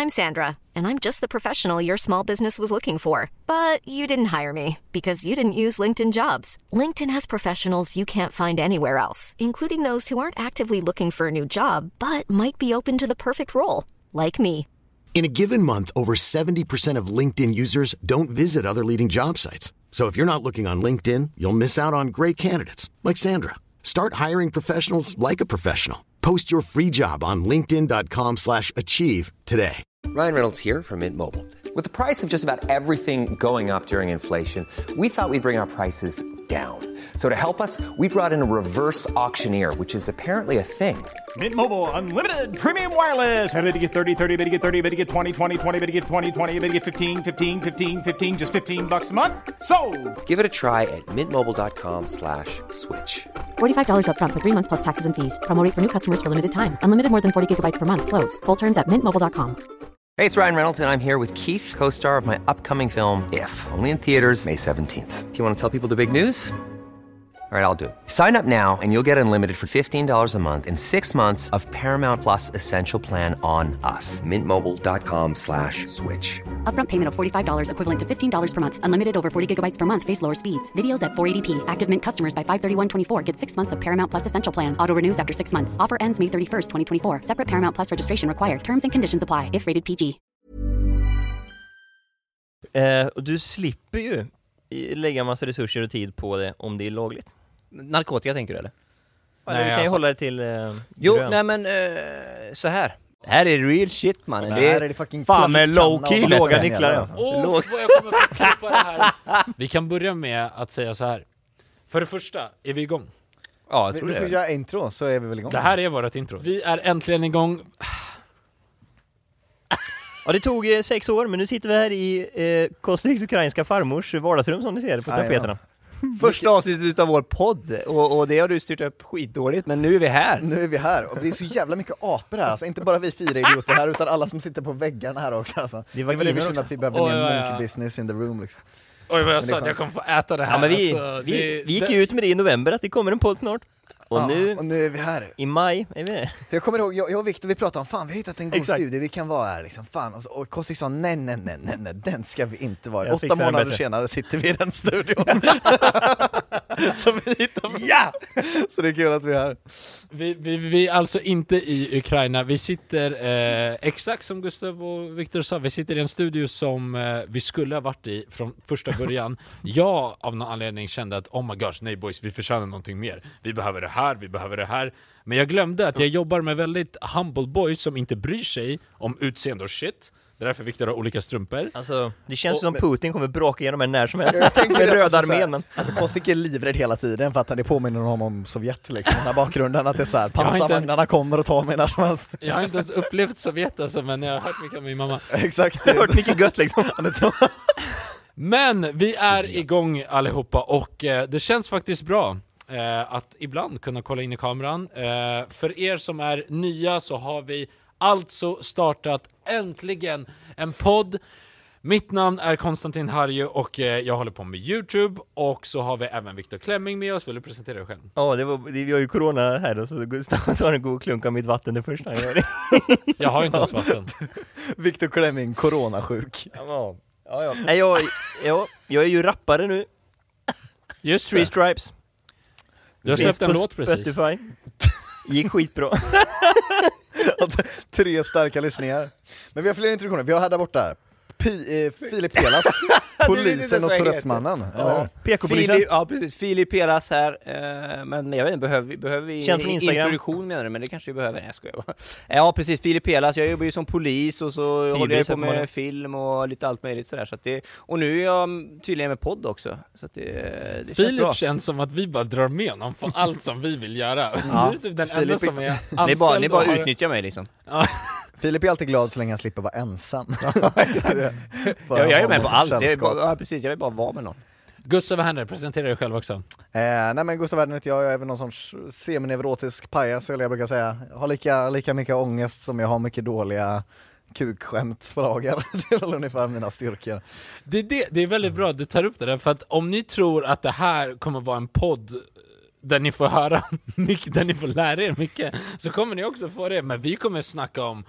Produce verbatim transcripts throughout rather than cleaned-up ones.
I'm Sandra, and I'm just the professional your small business was looking for. But you didn't hire me because you didn't use LinkedIn Jobs. LinkedIn has professionals you can't find anywhere else, including those who aren't actively looking for a new job, but might be open to the perfect role, like me. In a given month, over seventy percent of LinkedIn users don't visit other leading job sites. So if you're not looking on LinkedIn, you'll miss out on great candidates like Sandra. Start hiring professionals like a professional. Post your free job on linkedin dot com slash achieve today. Ryan Reynolds here from Mint Mobile. With the price of just about everything going up during inflation, we thought we'd bring our prices down. So to help us, we brought in a reverse auctioneer, which is apparently a thing. Mint Mobile Unlimited Premium Wireless. How to get thirty, thirty, how to get thirty, how to get twenty, twenty, twenty, how to get twenty, twenty, how to get fifteen, fifteen, fifteen, fifteen, just fifteen bucks a month? Sold! Give it a try at mintmobile.com slash switch. forty-five dollars up front for three months plus taxes and fees. Promo rate for new customers for limited time. Unlimited more than forty gigabytes per month. Slows full terms at mint mobile dot com. Hey, it's Ryan Reynolds, and I'm here with Keith, co-star of my upcoming film, If, only in theaters May seventeenth. Do you want to tell people the big news? All right, I'll do it. Sign up now and you'll get unlimited for fifteen dollars a month and six months of Paramount Plus Essential Plan on us. Mintmobile.com slash switch. Upfront payment of forty-five dollars equivalent to fifteen dollars per month. Unlimited over forty gigabytes per month. Face lower speeds. Videos at four eighty p. Active Mint customers by five thirty-one twenty-four get six months of Paramount Plus Essential Plan. Auto renews after six months. Offer ends May thirty-first, twenty twenty-four. Separate Paramount Plus registration required. Terms and conditions apply if rated P G. Eh, och du slipper ju lägga massa resurser och tid på det om det är lagligt. Narkotika tänker du eller? Nej, du kan ju alltså. hålla det till eh, Jo, grön. nej men uh, så här. Det här är real shit, man. Det här är det fucking fan med low key, låga nycklar alltså. Åh, Låg. vad jag kommer att klippa det här. Vi kan börja med att säga så här. För det första, är vi igång? Ja, jag Vi, tror vi får det. göra intro så är vi väl igång. Det här är vårt intro. Vi är äntligen igång. Ja, det tog eh, sex år, men nu sitter vi här i eh, Kostiks ukrainska farmors vardagsrum som ni ser på Aj, tapeterna. Första avsnittet av vår podd och, och det har du styrt upp skitdåligt, men nu är vi här. Nu är vi här och det är så jävla mycket apor här, alltså inte bara vi fyra idioter här utan alla som sitter på väggarna här också alltså. Det var väl givet synd också. att vi behöver Oj, mer ja, ja. monkey business in the room liksom. Oj, vad jag Men det sa är att jag skönt. kommer få äta det här. Ja, men vi, Alltså, vi, det- vi gick det- ju ut med det i november att det kommer en podd snart. Och Ja, nu, och nu är vi här. i maj, är vi det? För jag kommer ihåg, jag, jag och Victor vi pratade om fan vi har hittat en god Exakt. studio, vi kan vara här liksom, fan. Och, så, och Kostik sa nej, nej, nej, nej, nej, den ska vi inte vara i. Jag Åtta fixar den månader bättre. senare sitter vi i den studion. Som vi hittade. Ja! Så det är kul att vi är här. Vi, vi, vi är alltså inte i Ukraina. Vi sitter, eh, exakt som Gustav och Victor sa, vi sitter i en studio som eh, vi skulle ha varit i från första början. Jag av någon anledning kände att oh my gosh, nej boys, vi förtjänar någonting mer. Vi behöver det här, vi behöver det här. Men jag glömde att jag jobbar med väldigt humble boys som inte bryr sig om utseende och shit. Det är därför Victor har olika strumpor. Alltså, det känns Och- som men- Putin kommer bråka igenom en när som helst. Jag tänker Med det, röda alltså, så här, armén. Men... Alltså Kostik är livrädd hela tiden för att det påminner honom om Sovjet liksom, den här bakgrunden att det är så här, Jag har inte- pansarvagnarna kommer och tar mig när som helst. Jag har inte ens upplevt Sovjet alltså, men jag har hört mycket om min mamma. Exakt. Jag har hört mycket gött liksom. Men vi är igång allihopa och eh, det känns faktiskt bra eh, att ibland kunna kolla in i kameran. Eh, för er som är nya så har vi alltså startat äntligen en podd. Mitt namn är Konstantin Harju och eh, jag håller på med YouTube, och så har vi även Victor Klemming med oss. Vill du presentera dig själv? Ja, det var, det, vi har ju corona här då, så Gustav tar en god klunk av mitt vatten det första han gör. Jag har inte ens vatten. Victor Klemming, coronasjuk. Ja, ja, ja. Nej, jag, jag, jag är ju rappare nu. Just Three det. Stripes. Du har Finns släppt en på låt precis. Spotify. Gick skitbra. Tre starka lyssningar. Men vi har fler introduktioner, vi har här där borta P- eh, Filip Pelas, polisen och Tourettesmannen. Ja. P K-polisen. Filip, ja precis, Filip Peras här, eh, men jag vet inte, behöver vi, behöver vi Känd från Instagram. introduktion menar du, men det kanske vi behöver. Nej, jag skojar bara. Ja precis, Filip Pelas, jag jobbar ju som polis och så håller jag på med uppenbarligen. film och lite allt möjligt sådär, så att det, och nu är jag tydligen med podd också, så att det, det känns Filip bra. känns som att vi bara drar med honom på allt som vi vill göra. Ja. Du är typ den Filip- enda som är anställd. Ni bara, ni bara och har- utnyttjar mig liksom. Filip är alltid glad så länge han slipper vara ensam. Bara Jag, jag är ha med någon på som allt, jag är sällskap. bara, ja, precis, jag vill bara vara med någon. Gustav, vad händer? Presentera dig själv också. Eh, nej men Gustav Werner heter jag, jag är väl någon sorts semineurotisk pajas eller jag brukar säga. Jag har lika, lika mycket ångest som jag har mycket dåliga kukskämt på lager. Det är väl ungefär mina styrkor. Det är, det, det är väldigt bra att du tar upp det där, för att om ni tror att det här kommer vara en podd där ni får höra mycket, där ni får lära er mycket, så kommer ni också få det. Men vi kommer snacka om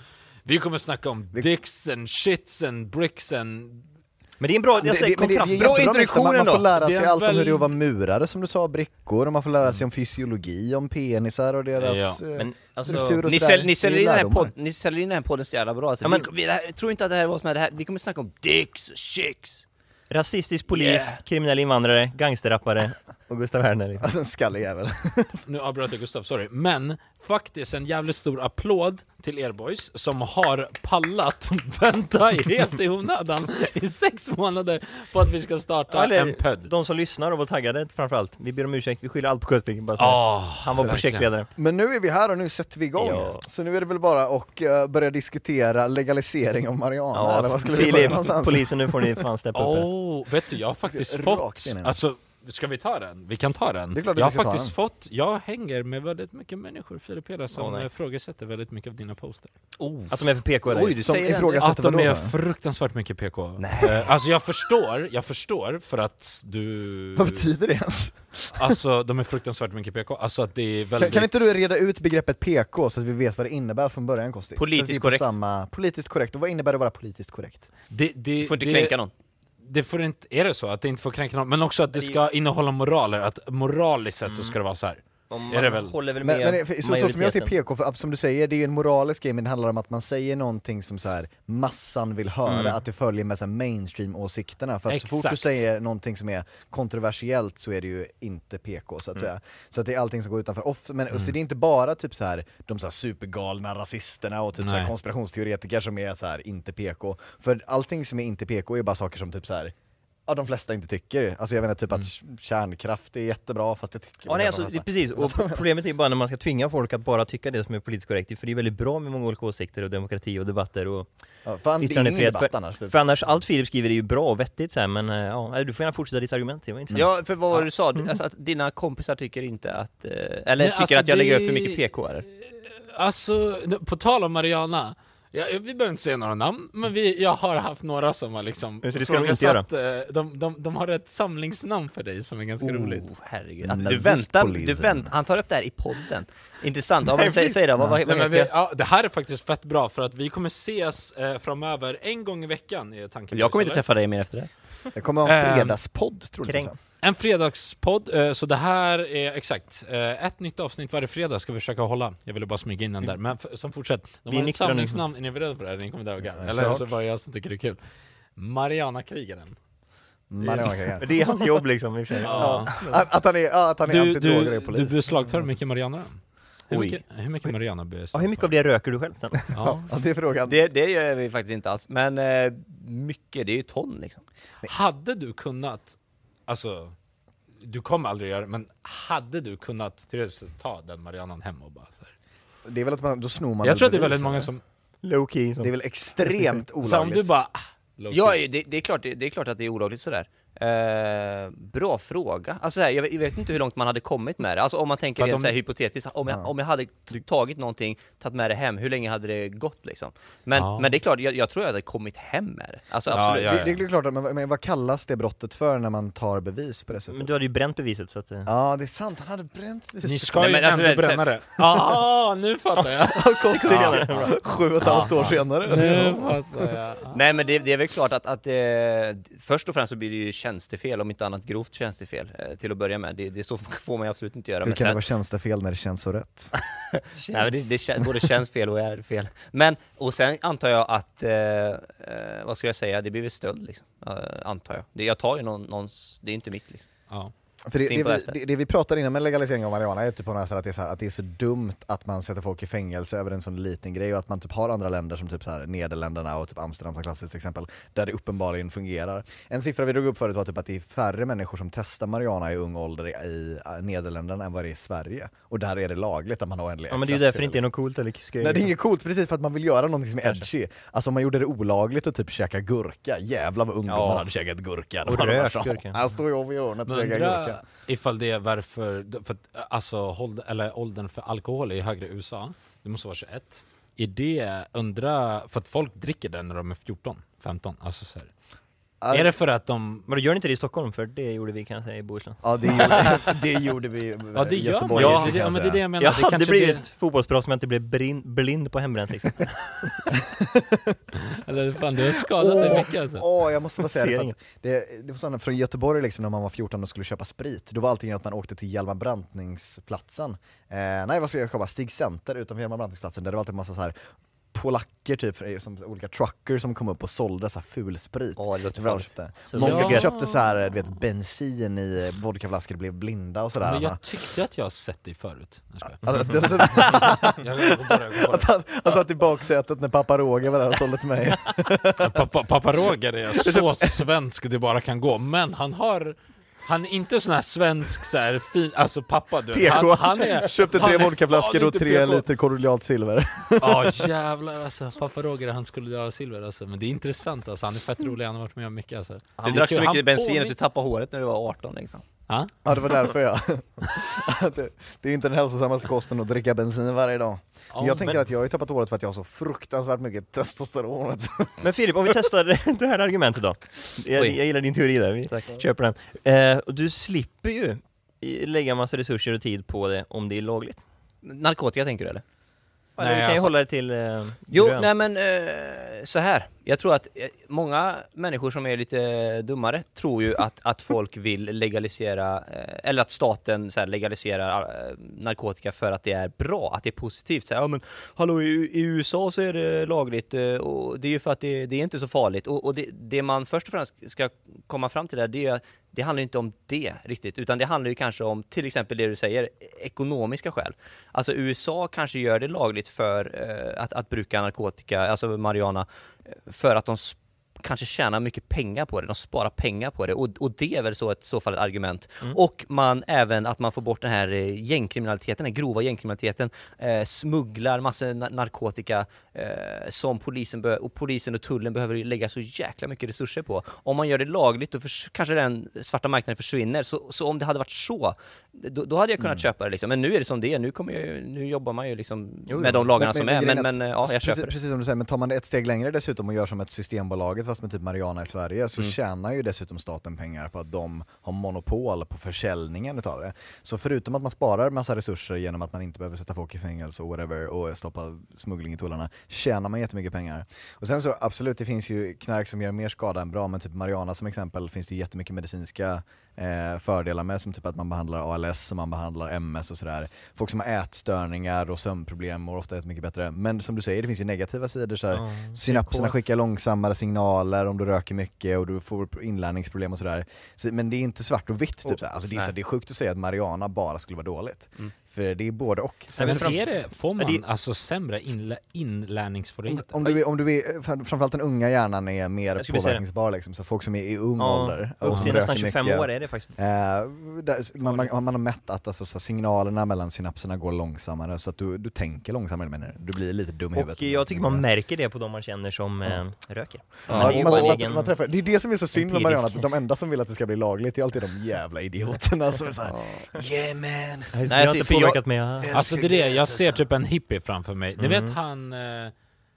Vi kommer snacka om dicks and shits and bricks and... Men det är en bra, jag säger, kontrast. Det, det, det bra introduktionen man, man får lära sig allt väl... om hur det är att vara murare, som du sa, brickor, och man får lära sig om fysiologi, om penisar och deras ja. Men, alltså, struktur och ni, sådär. Säl, ni, säljer in den här pod, ni säljer in den här podden så jävla bra. Alltså, ja, men, vi, vi, här, jag tror inte att det här var som är det här. Vi kommer snacka om dicks och chicks. Rasistisk polis, yeah. kriminell invandrare, gangsterrappare och Gustav Werner. Liksom. Alltså en skallig jävel. Nu avbröt jag Gustav, sorry. Men faktiskt en jävligt stor applåd till er boys som har pallat vänta helt i onödan i sex månader på att vi ska starta Eller, en podd. De som lyssnar och var taggade framförallt. Vi ber om ursäkt, vi skyller allt på Kusting. Bara oh, Han var projektledare. Men nu är vi här och nu sätter vi igång. Ja. Så nu är det väl bara att uh, börja diskutera legalisering av marijuana. Ja, eller vad skulle Filip, vi börja någonstans? Polisen, nu får ni fan steppa upp. Oh, vet du, jag har faktiskt fått... Alltså, ska vi ta den? Vi kan ta den. Jag har faktiskt fått, jag hänger med väldigt mycket människor, Filip Peda, som oh, ifrågasätter väldigt mycket av dina poster. Oh. Att de är för P K eller? Oj, du som ifrågasätter att de är fruktansvärt mycket P K. Nej. Alltså jag förstår, jag förstår för att du... Vad betyder det ens? Alltså de är fruktansvärt mycket P K. Alltså att det är väldigt... Kan, kan inte du reda ut begreppet P K så att vi vet vad det innebär från början, Kostig? Politiskt korrekt. Samma, politiskt korrekt. Och vad innebär det att vara politiskt korrekt? Det, det, du får inte det, kränka någon. Det får inte, är det så att det inte får kränka någon, men också att det ska innehålla moraler, att moraliskt sett mm. så ska det vara så här. Är det väl? Håller väl med men, men, för, så, så som jag ser P K, för, som du säger, det är ju en moralisk grej, men det handlar om att man säger någonting som så här massan vill höra, mm. att det följer med så här mainstream-åsikterna. För att Exakt. så fort du säger någonting som är kontroversiellt så är det ju inte P K, så att mm. säga. Så att det är allting som går utanför off. Men mm. så det är inte bara typ så här de så här supergalna rasisterna och typ så här konspirationsteoretiker som är så här inte P K. För allting som är inte P K är bara saker som typ så här ja, de flesta inte tycker. Alltså jag menar typ mm. att kärnkraft är jättebra, fast det tycker ja, nej, alltså, det, precis. Och problemet är bara när man ska tvinga folk att bara tycka det som är politiskt korrekt. För det är väldigt bra med många olika åsikter och demokrati och debatter och ja, fan, yttrandefrihet. För, annars, för annars, allt Filip skriver är ju bra och vettigt så här, men ja, du får gärna fortsätta ditt argument. Det var inte ja, för vad var det du sa? Alltså, att dina kompisar tycker inte att... Eller nej, tycker alltså att jag det... lägger upp för mycket P K, eller? Alltså, på tal om Mariana... Ja, vi behöver inte säga några namn, men vi, jag har haft några som har liksom... Så det ska de inte göra. De, de, de har ett samlingsnamn för dig som är ganska oh, roligt. Herregud. Att du väntar, du väntar, han tar upp det här i podden. Intressant. Ja, säg, säg det, vad, vad, vad Nej, vi, ja, det här är faktiskt fett bra, för att vi kommer ses eh, framöver en gång i veckan i tanken. Jag kommer inte träffa dig mer efter det. Det kommer ha en fredagspodd, tror jag. En fredagspodd, så det här är exakt ett nytt avsnitt varje fredag ska vi försöka hålla. Jag ville bara smyga in den där, men som fortsätt. De har ett samlingsnamn, är ni beredda på det här? Ni kommer döga. Ja, eller så var jag som tycker det är kul. Mariana-krigaren. Mariana-krigaren. Det är hans jobb liksom i och för sig. Ja. Ja. Att han är, ja, att han är antidroger och polis. Du beslagtar mycket Mariana. Hur mycket, hur mycket Mariana blir ja, hur mycket av det röker du själv sen? Ja, ja det är frågan. Det, det gör vi faktiskt inte alls. Men eh, mycket, det är ju ton liksom. Hade du kunnat, alltså... Du kommer aldrig göra det, men hade du kunnat ta den Marianan hem och bara så här. Det är väl att man, då snor man. Jag tror att det är väldigt många som low key som det är väl extremt olagligt. Så om du bara ja, det, det är klart det, det är klart att det är olagligt sådär. Eh, bra fråga. Alltså här, jag, jag vet inte hur långt man hade kommit med det. Alltså om man tänker rent de... så här hypotetiskt, om jag, ja. om jag hade t- tagit någonting, tagit med det hem, hur länge hade det gått liksom? Men, ja. men det är klart, jag, jag tror jag hade kommit hem med det. Alltså ja, absolut. Ja, ja. Det, det är klart, men, men vad kallas det brottet för när man tar bevis på det sättet? Men du hade ju bränt beviset så att ja, det är sant, han hade bränt beviset. Ni ska Nej, ju men, alltså, ändå bränna det. Ja, ah, nu fattar jag. Ja, sju och ett halvt år senare. Nu fattar jag. Nej, men det, det är väl klart att, att eh, först och främst så blir det ju tjänstefel, om inte annat grovt tjänstefel eh, till att börja med. Det, det så får man ju absolut inte göra. Hur men kan sen... det vara tjänstefel när det känns så rätt? Nej, men det, det både känns fel och är fel. Men, och sen antar jag att, eh, eh, vad ska jag säga, det blir väl stöld liksom, eh, antar jag. Det, jag tar ju någon, någons, det är inte mitt liksom. Ja. För det, det, vi, det, det vi pratar innan med legalisering av marijuana är typ på något sätt att det är så här, att det är så dumt att man sätter folk i fängelse över en sån liten grej, och att man typ har andra länder som typ så här Nederländerna och typ Amsterdam som klassiskt exempel, där det uppenbarligen fungerar. En siffra vi drog upp förut var typ att det är färre människor som testar marijuana i ung ålder i Nederländerna än vad det är i Sverige. Och där är det lagligt att man har en ja, men det är ju därför det inte är något coolt eller skoj. Nej, det är inget coolt, precis för att man vill göra någonting som är edgy. Alltså om man gjorde det olagligt och typ käka gurka, jävlar vad ungdomar ja. hade käkat gurka. Och rökt gurka. Han står ju över hörnet och käkar gurka. Ifall det är varför, för att, alltså håll, eller åldern för alkohol är högre i U S A, det måste vara tjugoett. Är det undra, för att folk dricker den när de är fjorton, femton, alltså så här. Ja. Är det för att de... Men då gör ni inte det i Stockholm? För det gjorde vi kan säga i Bohuslän. Ja, det gjorde, det gjorde vi i ja, det Göteborg. Ja, det, ja, men det är det jag menar. Jag det hade blivit det... fotbollsproffs som jag inte blev blind, blind på hembränt liksom. Eller fan, du har skadat dig mycket alltså. Åh, jag måste bara säga det, för att det, det var sådana från Göteborg liksom, när man var fjorton och skulle köpa sprit. Då var allting att man åkte till Hjalmar Brantningsplatsen. Eh, nej, vad ska jag skapa? Stig Center utanför Hjalmar Brantningsplatsen. Där det var alltid en massa så här polacker typ, som olika trucker som kom upp och sålde så här ful sprit. Åh, det låter farligt. Många ja. köpte så här, du vet, bensin i vodkaflaskor, blev blinda och sådär. Men jag alltså. tyckte att jag har sett dig förut. Alltså, att han, han satt i baksätet när pappa Roger var där och sålde till mig. Pappa, pappa Roger är så svensk det bara kan gå, men han har... Han är inte sån här svensk så här fin, alltså pappa du. Han, han är köpte tre vodkaflaskor och tre P K. Liter kordialt silver. Ja oh, jävlar alltså, pappa Roger han skulle ha silver alltså, men det är intressant alltså, han är fett rolig, han har varit med om mycket alltså. Du drack så mycket bensin att du tappade håret när du var arton liksom. Ja, ja det var därför jag. det, det är inte den hälsosammaste kosten att dricka bensin varje dag. Men jag tänker men... att jag har tappat håret för att jag har så fruktansvärt mycket testosteron. Men Filip, om vi testar det här argumentet då. Jag, jag gillar din teori där, vi Tack. köper den. Eh, och du slipper ju lägga massa resurser och tid på det om det är lagligt. Narkotika tänker du eller? Nej, du kan alltså... ju hålla det till eh, Jo, grön. nej men eh, så här. Jag tror att eh, många människor som är lite dummare tror ju att, att folk vill legalisera, eh, eller att staten så här, legaliserar eh, narkotika för att det är bra, att det är positivt. Så här, ja men hallå, i, i U S A så är det lagligt eh, och det är ju för att det, det är inte så farligt. Och, och det, det man först och främst ska komma fram till där, det är det handlar inte om det riktigt, utan det handlar ju kanske om till exempel det du säger, ekonomiska skäl. Alltså U S A kanske gör det lagligt för eh, att, att bruka narkotika, alltså marijuana, för att de sp- kanske tjänar mycket pengar på det, de sparar pengar på det, och, och det är väl så ett så fall ett argument. Mm. Och man även att man får bort den här gängkriminaliteten, den grova gängkriminaliteten, eh, smugglar massa na- narkotika eh, som polisen be- och polisen och tullen behöver lägga så jäkla mycket resurser på. Om man gör det lagligt då för- kanske den svarta marknaden försvinner. Så, så om det hade varit så, då, då hade jag kunnat mm. köpa det liksom. Men nu är det som det är, nu, kommer jag, nu jobbar man ju liksom jo, med de lagarna men, som men, är, men, men ja, jag precis, köper det. Precis som du säger, men tar man det ett steg längre dessutom och gör som ett Systembolaget fast med typ marijuana i Sverige, så mm. tjänar ju dessutom staten pengar på att de har monopol på försäljningen utav det. Så förutom att man sparar massa resurser genom att man inte behöver sätta folk i fängelse och whatever och stoppa smuggling i tullarna, tjänar man jättemycket pengar. Och sen så absolut, det finns ju knark som gör mer skada än bra, men typ marijuana som exempel finns det jättemycket medicinska eh, fördelar med, som typ att man behandlar A L S och man behandlar M S och sådär. Folk som har ätstörningar och sömnproblem mår ofta mycket bättre. Men som du säger, det finns ju negativa sidor så här. Mm. Synapserna skickar långsammare signaler om du röker mycket och du får inlärningsproblem och sådär. Så, men det är inte svart och vitt typ så här. Alltså det är, så, det är sjukt att säga att marijuana bara skulle vara dåligt. Mm. För det är både och. Sen men är det, får man det, alltså sämre inlä, inlärningssvårigheter? Om, om, du, om du är, framförallt den unga hjärnan är mer påverkningsbar liksom, så folk som är i ung ja, ålder och som röker tjugofem mycket, år är det faktiskt. Eh, där, man, man, man har mätt att alltså, så signalerna mellan synapserna går långsammare, så att du, du tänker långsammare, men du blir lite dum i huvudet. Och jag tycker man märker det på de man känner som ja. eh, röker. Ja, man, man, man, egen... man träffar, det är det som är så synd med marijuana, att de enda som vill att det ska bli lagligt är alltid de jävla idioterna som är såhär, yeah man. Nej, det har inte påverkat mig. Alltså det är det, jag ser typ en hippie framför mig. Ni mm. vet han... Eh,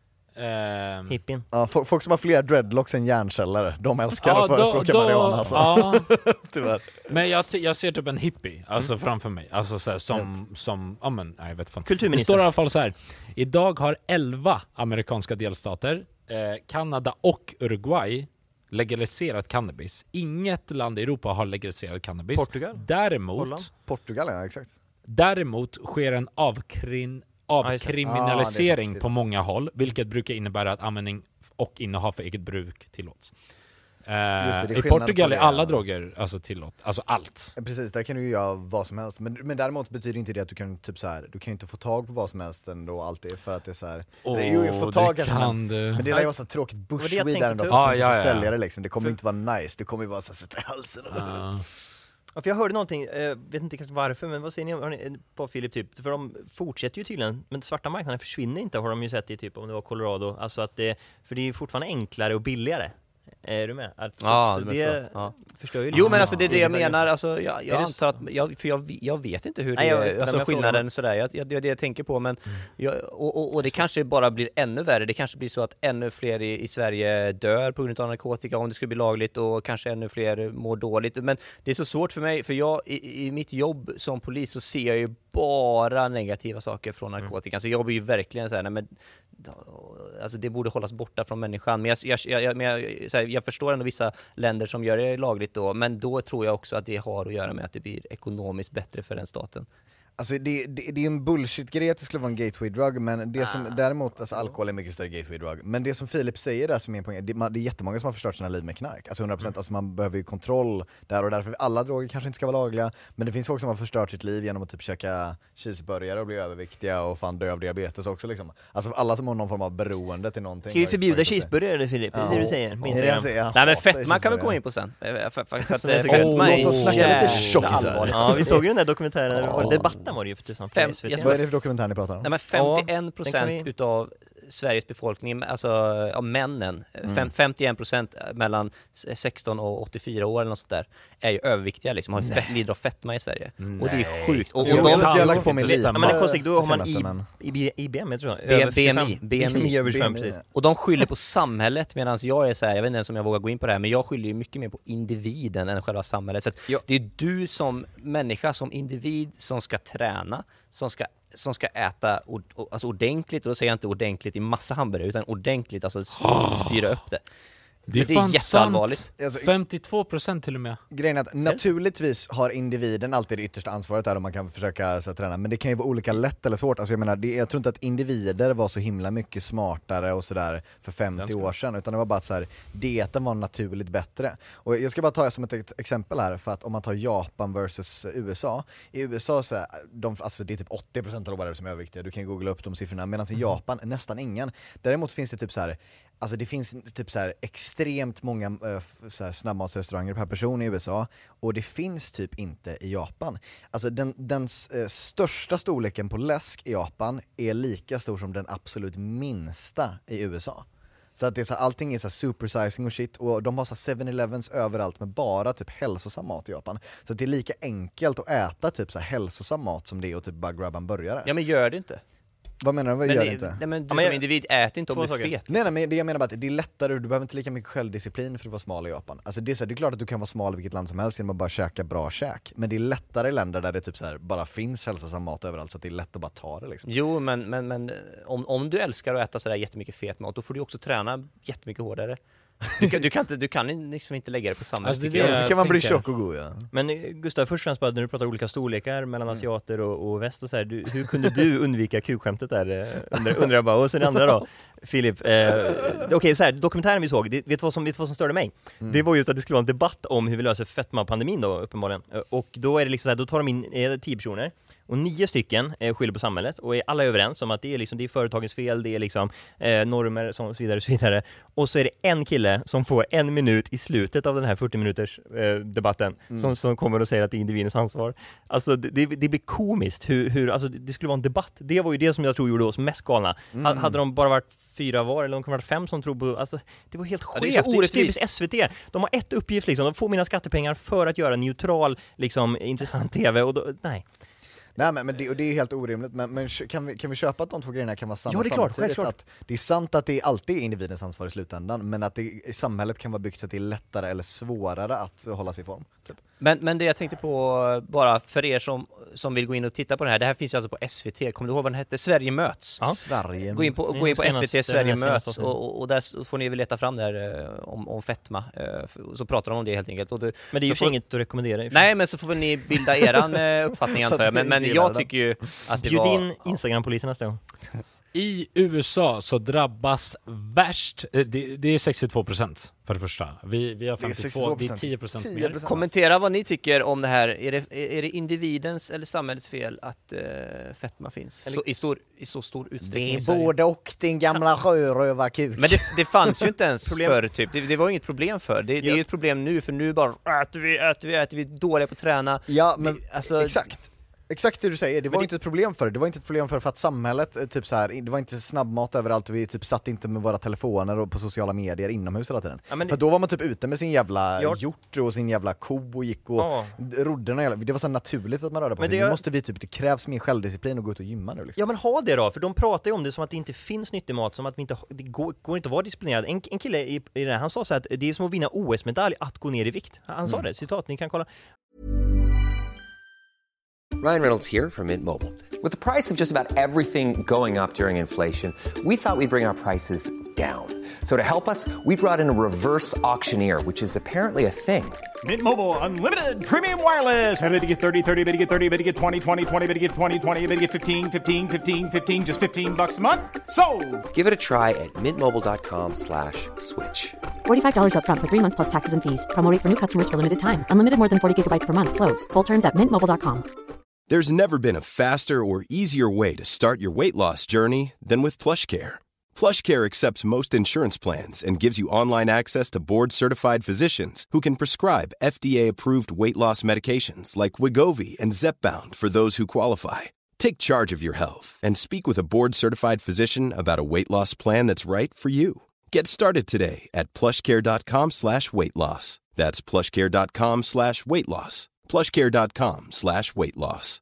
eh, Hippien. Ja, folk, folk som har fler dreadlocks än hjärnkällare, de älskar ja, att förespråka då, marijuana alltså. Ja. Tyvärr. Men jag, jag ser typ en hippie alltså mm. framför mig. Alltså så här, som, mm. som, ja men, nej, jag vet fan. Det står i alla fall så här. Idag har elva amerikanska delstater, eh, Kanada och Uruguay legaliserat cannabis. Inget land i Europa har legaliserat cannabis. Portugal? Däremot... Holland? Portugal, ja exakt. Däremot sker en avkrin, avkriminalisering ah, på många håll, vilket brukar innebära att användning och innehav för eget bruk tillåts. Uh, det, I Portugal är alla droger alltså tillåt, alltså allt. Precis, där kan du ju göra vad som helst. Men, men däremot betyder inte det att du kan typ så här, du kan inte få tag på vad som helst ändå alltid, för att det är så här. Oh, det är ju få tag kanske, men, du. men det är ju så tråkigt bushweed där ändå, för ah, att du ja, inte får ja. sälja det liksom. Det kommer för... inte vara nice, det kommer ju vara så att sätta i halsen. Uh. Ja, för jag hörde någonting, jag vet inte exakt varför, men vad säger ni, har ni på Filip typ? För de fortsätter ju tydligen, men svarta marknaden försvinner inte, har de ju sett i typ om det var Colorado. Alltså att det, för det är ju fortfarande enklare och billigare Är du med? Alltså, ja, så det, det ja. förstår ju. Jo, men alltså det är det jag menar. Alltså, jag, jag antar att, jag, för jag, jag vet inte hur det Nej, är, alltså skillnaden sådär. Jag, jag, det är det jag tänker på, men mm. jag, och, och, och det kanske bara blir ännu värre. Det kanske blir så att ännu fler i, i Sverige dör på grund av narkotika om det skulle bli lagligt, och kanske ännu fler mår dåligt. Men det är så svårt för mig, för jag i, i mitt jobb som polis så ser jag ju bara negativa saker från narkotika. Mm. Så jag jobbar ju verkligen så här, nej, men alltså det borde hållas borta från människan. Men jag, jag, jag, men jag, så här, jag förstår ändå vissa länder som gör det lagligt då, men då tror jag också att det har att göra med att det blir ekonomiskt bättre för den staten. Alltså det, det, det är en bullshit-grej att det skulle vara en gateway drug, men det som däremot, alltså alkohol är mycket större gateway drug, men det som Filip säger där som är en poäng, det, det är jättemånga som har förstört sina liv med knark, alltså hundra procent, mm. alltså man behöver ju kontroll där, och därför alla droger kanske inte ska vara lagliga, men det finns folk som har förstört sitt liv genom att typ käka cheeseburgare och bli överviktiga och fan dö av diabetes också liksom. Alltså alla som har någon form av beroende till någonting. Ska vi förbjuda cheeseburgare, Filip? Ja. Det är det du säger? Minns jag säger. Nej, men fetma kan vi komma in på sen. För, för, för, för, för, oh, låt oss snacka lite tjockisar. Ja, vi såg ju den där dokumentären, oh. debatten var det ju för tusan. Fem, Vad är det för dokumentär ni pratar om? Nej, men femtioen procent ja, vi... utav Sveriges befolkning, alltså av männen, mm. femtioen procent mellan sexton och åttiofyra år eller något sånt där, är ju överviktiga liksom, har fett, lider av fetma i Sverige. Nej. Och det är sjukt. Och, och jag, jag, jag har lagt på mig lite. Men det är konstigt, då har man i, i, i B M I, tror jag. B M I. B M I över tjugofem, precis. Och de skyller på samhället, medan jag är så här, jag vet inte ens om jag vågar gå in på det här, men jag skyller ju mycket mer på individen än själva samhället. Så ja. Det är du som människa, som individ, som ska träna, som ska som ska äta ord, alltså ordentligt, och då säger jag inte ordentligt i massa hamburgare, utan ordentligt, alltså styra upp det. Det är, det är jätteallvarligt. Alltså, femtiotvå procent till och med. Grejen är att naturligtvis har individen alltid det yttersta ansvaret där, om man kan försöka så, träna, men det kan ju vara olika lätt eller svårt. Alltså jag menar, det, jag tror inte att individer var så himla mycket smartare och sådär för femtio år sedan, utan det var bara att så här, dieten var naturligt bättre. Och jag ska bara ta det som ett exempel här, för att om man tar Japan versus U S A, i U S A så de, alltså det är typ åttio procent av alla som är överviktiga, du kan googla upp de siffrorna, medan i Japan nästan ingen. Däremot finns det typ så här, alltså det finns typ så här extremt många äh, så här snabbmatsrestauranger per person i U S A, och det finns typ inte i Japan. Alltså den, den äh, största storleken på läsk i Japan är lika stor som den absolut minsta i U S A. Så att det är så här, allting är så här supersizing och shit, och de har så seven elevens överallt med bara typ hälsosam mat i Japan. Så att det är lika enkelt att äta typ så här hälsosam mat som det är att typ bara grabba en burgare. Ja, men gör det inte. Vad menar du? Vad men gör det, inte? Nej, men du ja, men som individ äter inte om du är fet. Nej, nej, men det jag menar bara att det är lättare, du behöver inte lika mycket självdisciplin för att vara smal i Japan. Alltså det är, så här, det är klart att du kan vara smal i vilket land som helst genom att bara käka bra käk. Men det är lättare i länder där det typ så här, bara finns hälsosam mat överallt, så att det är lätt att bara ta det liksom. Jo, men, men, men om, om du älskar att äta sådär jättemycket fet mat, då får du också träna jättemycket hårdare. Du kan, du kan, inte, du kan liksom inte lägga det på samma alltså, det, det, så kan man bli tjock och god, ja. Men Gustav, först och främst bara när du pratar olika storlekar mellan mm. asiater och, och väst och så här, du, hur kunde du undvika kukskämtet där, undrar, undrar jag bara. Och sen andra då, Filip, eh, okej okay, så här, dokumentären vi såg, det, vet, vad som, vet vad som störde mig? Mm. Det var just att det skulle vara en debatt om hur vi löser fetma-pandemin då, uppenbarligen. Och då är det liksom så här, då tar de in eh, tio personer, och nio stycken eh, skyller på samhället, och är alla överens om att det är, liksom, det är företagens fel, det är liksom eh, normer som, och så vidare och så vidare. Och så är det en kille som får en minut i slutet av den här fyrtio minuters eh, debatten mm. som, som kommer och säger att det är individens ansvar. Alltså det, det, det blir komiskt hur, hur alltså, det skulle vara en debatt. Det var ju det som jag tror gjorde oss mest galna. Mm. Hade de bara varit fyra var, eller de kan vara fem som tror på, alltså det var helt skevt. Ja, det är orättvist. S V T, de har ett uppgift liksom, de får mina skattepengar för att göra neutral, liksom intressant tv, och då, nej. Nej, men, men det, och det är helt orimligt, men, men kan, vi, kan vi köpa att de två grejerna kan vara samma? Ja, det är klart, samtidigt? självklart. Att det är sant att det alltid är individens ansvar i slutändan, men att det, samhället kan vara byggt så att det är lättare eller svårare att hålla sig i form. Typ. Men, men det jag tänkte på, bara för er som, som vill gå in och titta på det här, det här finns ju alltså på S V T, kommer du ihåg vad den hette? Sverige möts. Ja. Sverige gå in på, gå in på S V T, Sverige möts, och, och, och där får ni väl leta fram där eh, om, om fetma, eh, så pratar de om det helt enkelt. Och du, men det är ju får, inget att rekommendera. Nej, men så får väl ni bilda eran eh, uppfattning antar jag, men, men jag tycker ju att det Bjud var... in Instagram-polisen nästa gång. I U S A så drabbas värst, det, det är sextiotvå procent för det första. Vi, vi har femtiotvå, det är tio procent mer. Kommentera vad ni tycker om det här. Är det, är det individens eller samhällets fel att uh, fetma finns så, i, stor, i så stor utsträckning? Det är både och, din gamla sjörövarkuk. Men det, det fanns ju inte ens för typ. Det, det var inget problem för. Det, det är ju ett problem nu, för nu bara äter vi, äter vi, äter vi, dåliga på att träna. Ja, men vi, alltså, exakt. Exakt det du säger, det var det... inte ett problem för det. Det var inte ett problem för, för att samhället, typ så här, det var inte snabbmat överallt och vi typ satt inte med våra telefoner och på sociala medier inomhus hela tiden. Ja, men... För då var man typ ute med sin jävla jag... hjort och sin jävla ko och gick och ja. rodde den jävla... Det var så naturligt att man rörde på sig. Men det... Nu måste vi typ, det krävs mer självdisciplin och gå ut och gymma nu liksom. Ja men ha det då, för de pratar ju om det som att det inte finns nyttig mat, som att vi inte, det går, går inte att vara disciplinerad. En, en kille i, i det här, han sa så att det är som att vinna O S-medalj att gå ner i vikt. Han, han sa mm. det, citat, ni kan kolla. Ryan Reynolds here from Mint Mobile. With the price of just about everything going up during inflation, we thought we'd bring our prices down. So to help us, we brought in a reverse auctioneer, which is apparently a thing. Mint Mobile Unlimited Premium Wireless. How to get thirty, thirty, how to get thirty, how to get twenty, twenty, twenty, how to get twenty, twenty, how to get fifteen, fifteen, fifteen, fifteen, just fifteen bucks a month? Sold! Give it a try at mintmobile.com slash switch. forty-five dollars up front for three months plus taxes and fees. Promo rate for new customers for limited time. Unlimited more than forty gigabytes per month. Slows full terms at mint mobile dot com. There's never been a faster or easier way to start your weight loss journey than with PlushCare. PlushCare accepts most insurance plans and gives you online access to board-certified physicians who can prescribe F D A-approved weight loss medications like Wegovy and Zepbound for those who qualify. Take charge of your health and speak with a board-certified physician about a weight loss plan that's right for you. Get started today at plushcare.com slash weight loss. That's plushcare.com slash weight loss. plushcare.com slash weight loss.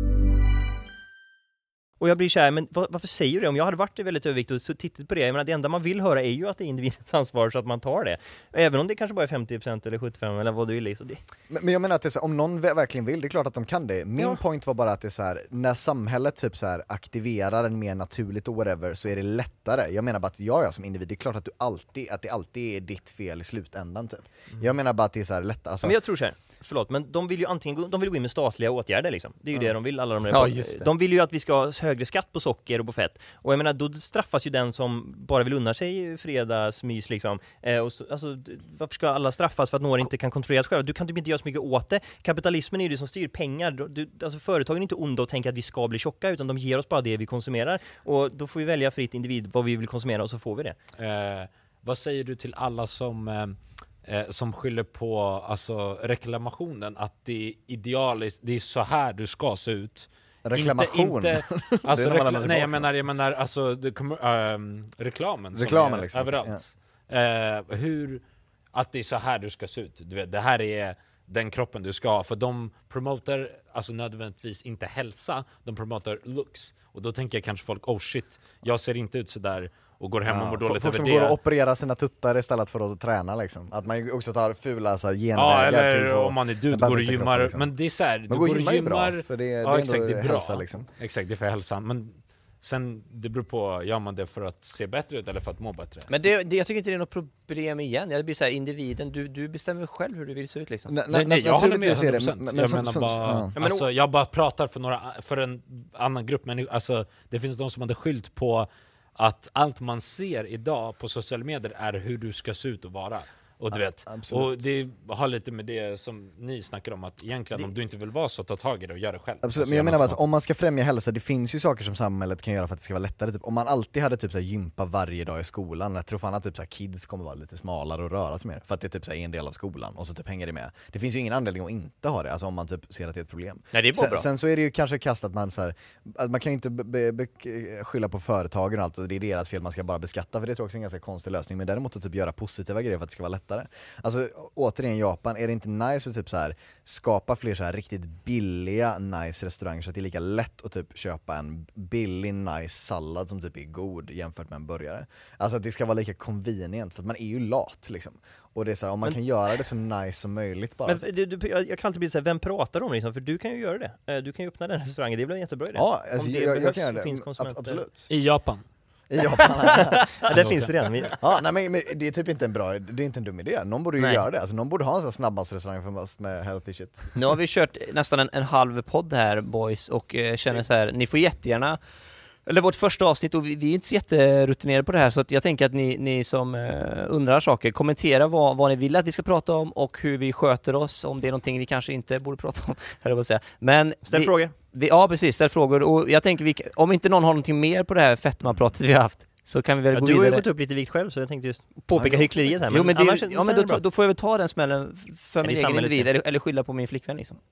Och jag blir så här, men var, varför säger du det? Om jag hade varit väldigt överviktig och så tittat på det, jag menar, det enda man vill höra är ju att det är individens ansvar så att man tar det. Även om det kanske bara är femtio procent eller sjuttiofem procent eller vad du vill. Så det... men, men jag menar att det är så här, om någon verkligen vill, det är klart att de kan det. Min ja. point var bara att det är så här, när samhället typ så här aktiverar en mer naturligt och whatever, så är det lättare. Jag menar bara att jag, jag som individ, det är klart att du alltid, att det alltid är ditt fel i slutändan typ. Mm. Jag menar bara att det är så här lättare. Alltså... Men jag tror så här, förlåt, men de vill ju antingen de vill gå in med statliga åtgärder liksom. Det är ju mm. det de vill, alla de ja, just det. De vill ju att vi ska ha högre skatt på socker och på fett. Och jag menar, då straffas ju den som bara vill unna sig fredagsmys liksom. Eh, och så, alltså, varför ska alla straffas för att några inte kan kontrollera sig själva? Du kan typ inte göra så mycket åt det. Kapitalismen är ju det som styr pengar. Du, alltså, företagen är inte onda och tänker att vi ska bli tjocka, utan de ger oss bara det vi konsumerar. Och då får vi välja fritt individ vad vi vill konsumera och så får vi det. Eh, vad säger du till alla som... Eh... Eh, som skyller på alltså, reklamationen att det är idealiskt, det är så här du ska se ut. Reklamation? Inte, inte, alltså, rekla- nej, jag menar, jag menar alltså, det kommer, um, reklamen, reklamen som är liksom. överallt. Yeah. Eh, hur, att det är så här du ska se ut. Du vet, det här är den kroppen du ska ha. För de promotar alltså nödvändigtvis inte hälsa, de promotar looks. Och då tänker jag kanske folk, oh shit, jag ser inte ut så där och går hem och mår dåligt folk över som det. går och opererar sina tuttar istället för att träna liksom. Att man också tar fula så här, genvägar ja, eller till om man är dude går och gymmar liksom. Men det är så här, du går och gymmar bra, för det, ja, det är exakt, det är bra. Hälsa, liksom. Exakt, det är för hälsan. Men sen, det beror på, gör man det för att se bättre ut eller för att må bättre? Men det, det, jag tycker inte det är något problem igen. Jag blir så här, individen, du, du bestämmer själv hur du vill se ut liksom. Nej, nej, nej jag håller med hundra procent. Men, jag som, menar som, bara, ja. alltså, jag bara pratar för, några, för en annan grupp. Men alltså, det finns de som hade skylt på att allt man ser idag på sociala medier är hur du ska se ut och vara. Och du vet, absolut. Och det har lite med det som ni snackar om, att egentligen det... om du inte vill vara så, ta tag i det och gör det själv. Absolut, men jag menar alltså, om man ska främja hälsa, det finns ju saker som samhället kan göra för att det ska vara lättare. Typ, om man alltid hade typ så här, gympa varje dag i skolan, jag tror fan att typ så här, kids kommer vara lite smalare och röra sig mer, för att det typ så här, är en del av skolan och så typ hänger det med. Det finns ju ingen anledning att inte ha det, alltså om man typ ser att det är ett problem. Nej, det är sen, bra. sen så är det ju kanske kast att man så här, att man kan ju inte be, be, skylla på företagen och allt, och det är deras fel, man ska bara beskatta, för det tror jag också är en ganska konstig lösning, men däremot att typ göra positiva grejer för att det ska vara lättare. Alltså återigen Japan, är det inte nice att typ så här skapa fler så här riktigt billiga nice restauranger så att det är lika lätt att typ köpa en billig nice sallad som typ är god jämfört med en burgare. Alltså att det ska vara lika convenient, för att man är ju lat liksom. Och det är så här, om man men, kan göra det så nice som möjligt bara. Men du, du, jag, jag kan alltid bli så här, vem pratar om liksom? För du kan ju göra det. Du kan ju öppna den restaurangen, det blir en jättebra idé. Ja, alltså, om det jag, jag kan göra det. Finns absolut. I Japan. I Japan. Ja, det finns det redan. Ja, nej, men, men det är typ inte en bra, det är inte en dum idé. Någon borde ju nej. göra det. Alltså någon borde ha en sån snabbmatsrestaurang för med healthy shit. Nu har vi kört nästan en, en halv podd här, boys, och eh, känner så här, ni får jättegärna, eller vårt första avsnitt, och vi, vi är inte så jätterutinerade på det här, så att jag tänker att ni, ni som eh, undrar saker, kommentera vad, vad ni vill att vi ska prata om och hur vi sköter oss, om det är någonting vi kanske inte borde prata om, eller vad säga. Men ställ vi, frågor. Vi, ja, precis, ställ frågor. Och jag tänker, vi, om inte någon har någonting mer på det här fetmapratet vi har haft, så kan vi väl ja, gå du vidare. Du har ju gått upp lite vikt själv, så jag tänkte just påpeka hyckleriet här. Men, jo, men, det, annars, ja, men då, då får jag väl ta den smällen för min egen individ, eller, eller skylla på min flickvän liksom.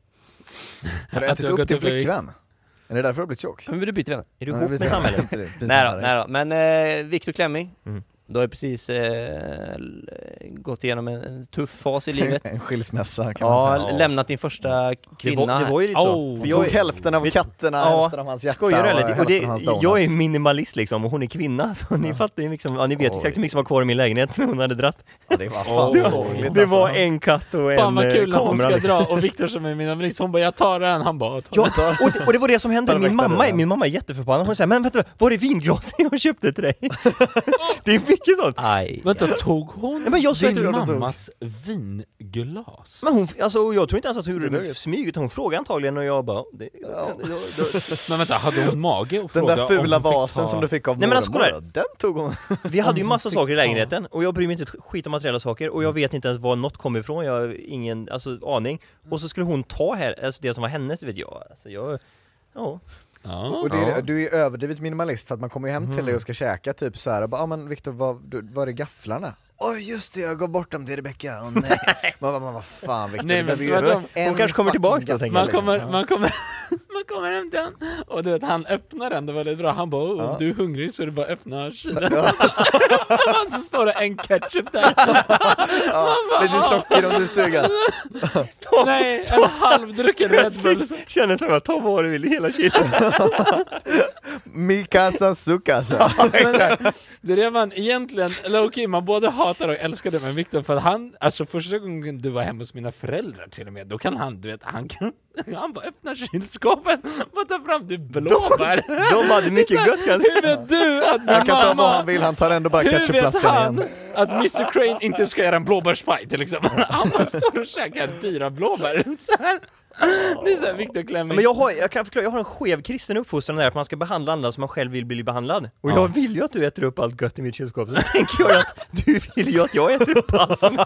Har du ätit upp din flickvän? Är det därför du har blivit tjock? Men vill du byta vän? Är du ihop med samhället? Nej då, nej då. Men eh, Viktor Klemming, mm. du har ju precis eh, gått igenom en tuff fas i livet. En skilsmässa kan ja, man säga. Lämnat din första kvinna. Det var, det var ju lite så. Oh, jag tog är, hälften av katterna, ja, hälften av hans hjärta och, och, och det, jag är minimalist liksom, och hon är kvinna. Så ja. ni fattar ju liksom, ja, ni vet Oj. exakt hur mycket som var kvar i min lägenhet när hon hade dratt. Ja, det var fan oh. sorgligt. Det var en katt och en fan vad kul när hon ska liksom. dra. Och Viktor som är minimalist, hon bara, jag tar den. Han bara, ja, och, det, och det var det som hände. Min mamma, min mamma är jätteförbannad. Hon säger, men vänta, var är vinglas jag köpte till dig? Det är mycket sånt. Aj. Vänta, tog hon ja, men jag din mammas vinglas? Men hon, alltså jag tror inte ens att hon gjorde det smyg, utan hon frågade antagligen och jag bara det, ja. då, då, då. Men vänta, hade hon mage och den där fula vasen ta... som du fick av Nej, men alltså, mormor, den tog hon. Vi hade ju massa saker i lägenheten och jag bryr mig inte skit om materiella saker och jag vet inte ens var något kommer ifrån, jag har ingen alltså, aning. Och så skulle hon ta här, alltså, det som var hennes, vet jag. Alltså jag, ja. Ja. Och det är, du är överdrivet minimalist för att man kommer ju hem till mm. dig och ska käka typ så här och bara, ah, men Viktor, vad, var är gafflarna? Oj oh, just det, jag går bort dem till Rebecca. Åh oh, nej. Man bara, vad fan Viktor, nej, men vi de, hon kanske kommer tillbaka då, man kommer, ja. man kommer man kommer hem till han och du vet, han öppnar den, det var väldigt bra. Han bara, oh, ja. om du är hungrig så är det bara öppna kylen. Ja. Så står det en ketchup där. Ja, bara, lite socker om du suger. Nej, en halvdrucken Red Bull. Känner som att ta vad du vill i hela kylen. Mi casa su casa. Det är det man egentligen, eller okej, okay, man både hatar och älskar det med Viktor, för att han, alltså första gången du var hemma hos mina föräldrar till och med, då kan han, du vet, han kan han bara öppna kylskåpet och ta fram det blåbär. De, de hade mycket här, gott kanske. Hur vet du att han kan mamma, ta vad han vill, han tar ändå bara ketchupflaskan igen. Hur vet han att mister Crane inte ska göra en blåbärspaj till exempel? Han bara står och käkar dyra blåbär så här. Det är så här Viktor Klemming. Men jag har, jag kan förklara, jag har en skev kristen uppfostran där att man ska behandla andra som man själv vill bli behandlad. Och ja. jag vill ju att du äter upp allt gött i mitt kylskåp. Så tänker jag att du vill ju att jag äter upp allt som är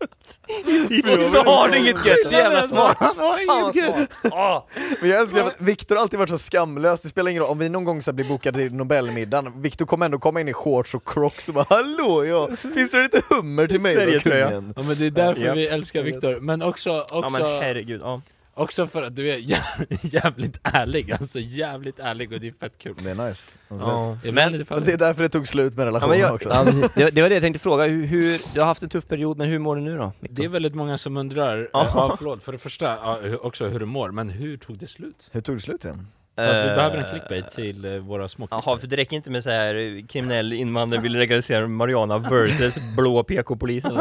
gött. Så har du inget gött, så jävla smart. Han har inget gött. Ah. Men jag älskar att Viktor alltid varit så skamlös. Det spelar ingen roll, om vi någon gång så blir bokade till Nobelmiddagen, Viktor kommer ändå komma in i shorts och crocs och bara, hallå, ja, finns det lite hummer till mig då, kungen? Ja, men det är därför ja. vi älskar Viktor. Men också, också ja, men herregud, ja. Också för att du är jävligt ärlig, alltså jävligt ärlig, och det är fett kul. Det är nice. Ja. Det är men, men det är därför det tog slut med relationen ja, jag, också. Ja, det, det var det jag tänkte fråga, hur, hur, du har haft en tuff period, men hur mår du nu då? Det är väldigt många som undrar, ja förlåt, för det första ja, också hur du mår, men hur tog det slut? Hur tog det slut igen? För att vi behöver en clickbait till uh, våra små klippar. Jaha, för det räcker inte med så här kriminell invandrare vill legalisera marijuana versus blå P K-polisen